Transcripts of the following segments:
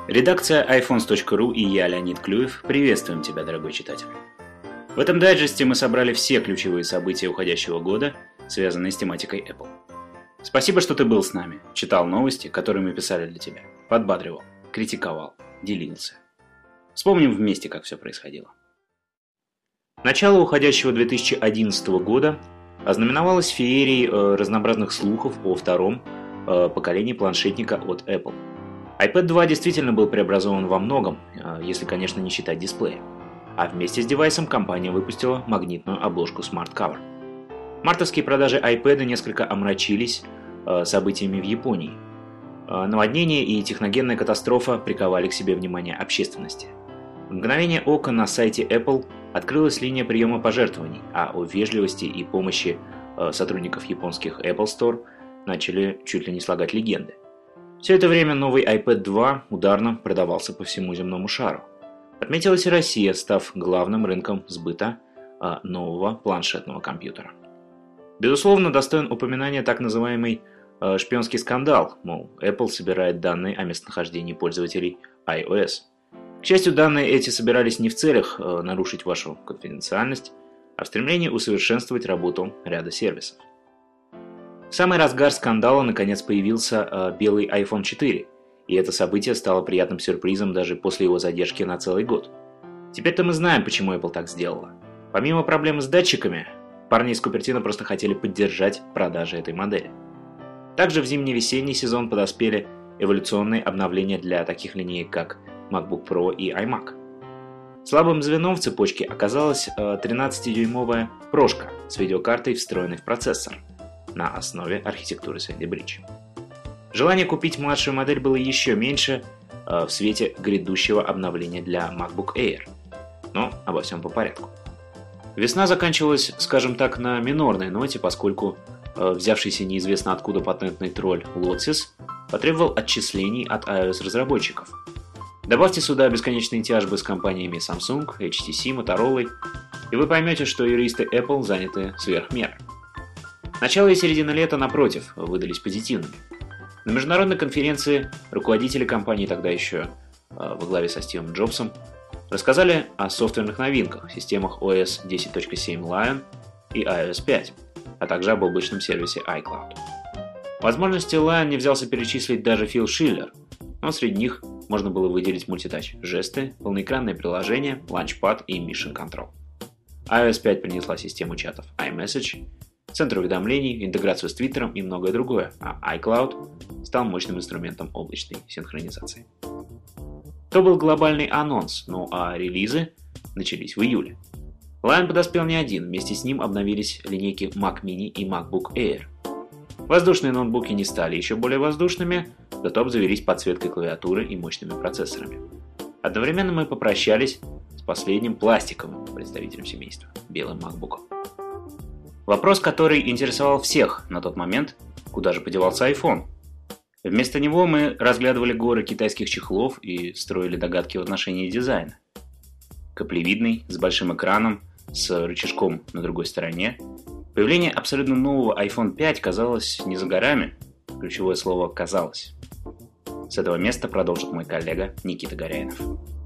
Редакция iPhones.ru и я, Леонид Клюев, приветствуем тебя, дорогой читатель. В этом дайджесте мы собрали все ключевые события уходящего года, связанные с тематикой Apple. Спасибо, что ты был с нами, читал новости, которые мы писали для тебя, подбадривал, критиковал, делился. Вспомним вместе, как все происходило. Начало уходящего 2011 года ознаменовалось феерией разнообразных слухов о втором поколении планшетника от Apple. iPad 2 действительно был преобразован во многом, если, конечно, не считать дисплея. А вместе с девайсом компания выпустила магнитную обложку Smart Cover. Мартовские продажи iPad несколько омрачились событиями в Японии. Наводнение и техногенная катастрофа приковали к себе внимание общественности. В мгновение ока на сайте Apple открылась линия приема пожертвований, а о вежливости и помощи сотрудников японских Apple Store начали чуть ли не слагать легенды. Все это время новый iPad 2 ударно продавался по всему земному шару. Отметилась и Россия, став главным рынком сбыта нового планшетного компьютера. Безусловно, достоин упоминания так называемый шпионский скандал, мол, Apple собирает данные о местонахождении пользователей iOS. К счастью, данные эти собирались не в целях нарушить вашу конфиденциальность, а в стремлении усовершенствовать работу ряда сервисов. В самый разгар скандала наконец появился белый iPhone 4, и это событие стало приятным сюрпризом даже после его задержки на целый год. Теперь-то мы знаем, почему Apple так сделала. Помимо проблемы с датчиками, парни из Купертино просто хотели поддержать продажи этой модели. Также в зимне-весенний сезон подоспели эволюционные обновления для таких линеек, как MacBook Pro и iMac. Слабым звеном в цепочке оказалась 13-дюймовая прошка с видеокартой, встроенной в процессор, на основе архитектуры Sandy Bridge. Желание купить младшую модель было еще меньше в свете грядущего обновления для MacBook Air. Но обо всем по порядку. Весна заканчивалась, скажем так, на минорной ноте, поскольку взявшийся неизвестно откуда патентный тролль Lotsys потребовал отчислений от iOS-разработчиков. Добавьте сюда бесконечные тяжбы с компаниями Samsung, HTC, Motorola, и вы поймете, что юристы Apple заняты сверх меры. Начало и середина лета, напротив, выдались позитивными. На международной конференции руководители компании, тогда еще во главе со Стивом Джобсом, рассказали о софтверных новинках, системах OS 10.7 Lion и iOS 5, а также об облачном сервисе iCloud. Возможности Lion не взялся перечислить даже Фил Шиллер, но среди них можно было выделить мультитач, жесты, полноэкранное приложение, Launchpad и Mission Control. iOS 5 принесла систему чатов iMessage, центр уведомлений, интеграцию с Твиттером и многое другое, а iCloud стал мощным инструментом облачной синхронизации. То был глобальный анонс, ну а релизы начались в июле. Lion подоспел не один, вместе с ним обновились линейки Mac Mini и MacBook Air. Воздушные ноутбуки не стали еще более воздушными, зато обзавелись подсветкой клавиатуры и мощными процессорами. Одновременно мы попрощались с последним пластиковым представителем семейства – белым MacBook. Вопрос, который интересовал всех на тот момент – куда же подевался iPhone? Вместо него мы разглядывали горы китайских чехлов и строили догадки в отношении дизайна. Каплевидный, с большим экраном, с рычажком на другой стороне. Появление абсолютно нового iPhone 5 казалось не за горами, ключевое слово «казалось». С этого места продолжит мой коллега Никита Горяинов.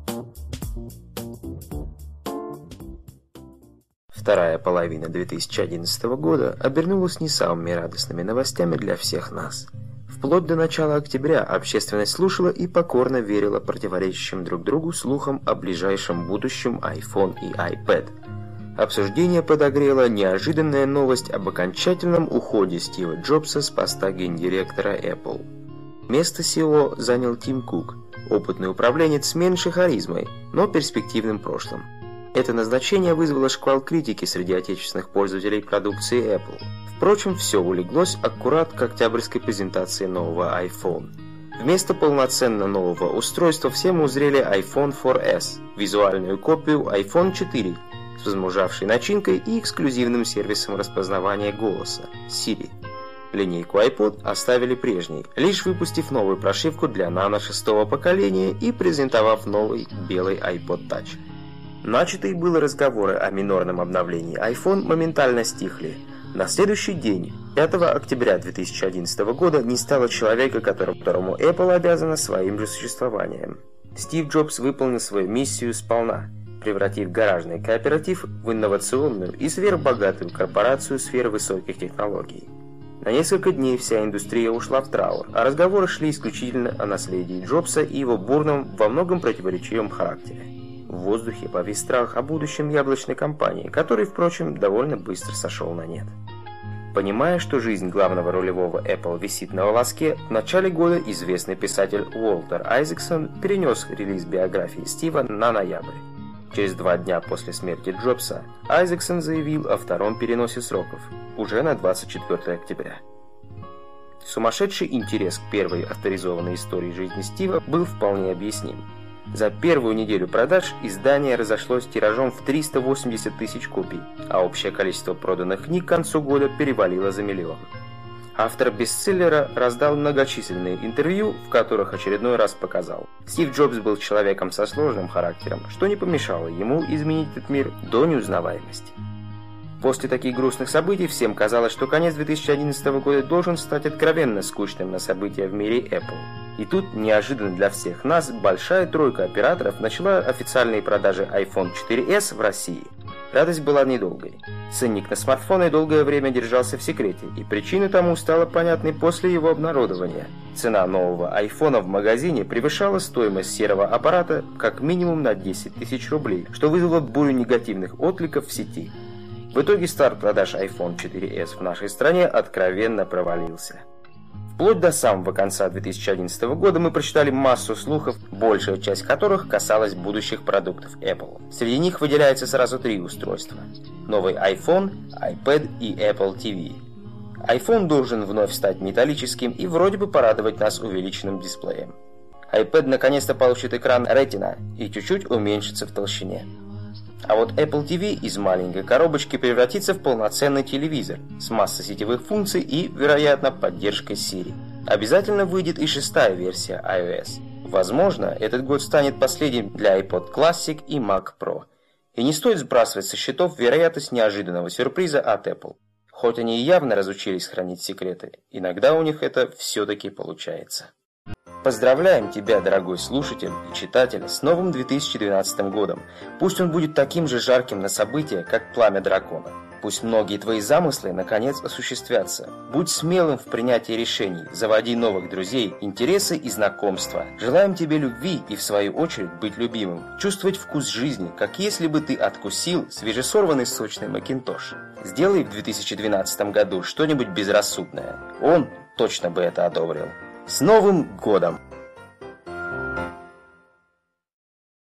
Вторая половина 2011 года обернулась не самыми радостными новостями для всех нас. Вплоть до начала октября общественность слушала и покорно верила противоречащим друг другу слухам о ближайшем будущем iPhone и iPad. Обсуждение подогрела неожиданная новость об окончательном уходе Стива Джобса с поста гендиректора Apple. Место сего занял Тим Кук, опытный управленец с меньшей харизмой, но перспективным прошлым. Это назначение вызвало шквал критики среди отечественных пользователей продукции Apple. Впрочем, все улеглось аккурат к октябрьской презентации нового iPhone. Вместо полноценно нового устройства все мы узрели iPhone 4S, визуальную копию iPhone 4 с возмужавшей начинкой и эксклюзивным сервисом распознавания голоса Siri. Линейку iPod оставили прежней, лишь выпустив новую прошивку для Nano 6-го поколения и презентовав новый белый iPod Touch. Начатые было разговоры о минорном обновлении iPhone моментально стихли, На следующий день, 5 октября 2011 года, не стало человека, которому Apple обязана своим же существованием. Стив Джобс выполнил свою миссию сполна, превратив гаражный кооператив в инновационную и сверхбогатую корпорацию сферы высоких технологий. На несколько дней вся индустрия ушла в траур, а разговоры шли исключительно о наследии Джобса и его бурном, во многом противоречивом характере. В воздухе повис страх о будущем яблочной компании, который, впрочем, довольно быстро сошел на нет. Понимая, что жизнь главного рулевого Apple висит на волоске, в начале года известный писатель Уолтер Айзексон перенес релиз биографии Стива на ноябрь. Через 2 дня после смерти Джобса Айзексон заявил о втором переносе сроков, уже на 24 октября. Сумасшедший интерес к первой авторизованной истории жизни Стива был вполне объясним. За первую неделю продаж издание разошлось тиражом в 380 тысяч копий, а общее количество проданных книг к концу года перевалило за 1 миллион. Автор бестселлера раздал многочисленные интервью, в которых очередной раз показал: Стив Джобс был человеком со сложным характером, что не помешало ему изменить этот мир до неузнаваемости. После таких грустных событий всем казалось, что конец 2011 года должен стать откровенно скучным на события в мире Apple. И тут, неожиданно для всех нас, большая тройка операторов начала официальные продажи iPhone 4s в России. Радость была недолгой. Ценник на смартфоны долгое время держался в секрете, и причина тому стала понятной после его обнародования. Цена нового iPhone в магазине превышала стоимость серого аппарата как минимум на 10 тысяч рублей, что вызвало бурю негативных откликов в сети. В итоге старт продаж iPhone 4s в нашей стране откровенно провалился. Вплоть до самого конца 2011 года мы прочитали массу слухов, большая часть которых касалась будущих продуктов Apple. Среди них выделяется сразу 3 устройства: новый iPhone, iPad и Apple TV. iPhone должен вновь стать металлическим и вроде бы порадовать нас увеличенным дисплеем. iPad наконец-то получит экран Retina и чуть-чуть уменьшится в толщине. А вот Apple TV из маленькой коробочки превратится в полноценный телевизор с массой сетевых функций и, вероятно, поддержкой Siri. Обязательно выйдет и 6-я версия iOS. Возможно, этот год станет последним для iPod Classic и Mac Pro. И не стоит сбрасывать со счетов вероятность неожиданного сюрприза от Apple. Хоть они и явно разучились хранить секреты, иногда у них это все-таки получается. Поздравляем тебя, дорогой слушатель и читатель, с новым 2012 годом. Пусть он будет таким же жарким на события, как пламя дракона. Пусть многие твои замыслы наконец осуществятся. Будь смелым в принятии решений, заводи новых друзей, интересы и знакомства. Желаем тебе любви и, в свою очередь, быть любимым. Чувствовать вкус жизни, как если бы ты откусил свежесорванный сочный Макинтош. Сделай в 2012 году что-нибудь безрассудное. Он точно бы это одобрил. С Новым годом!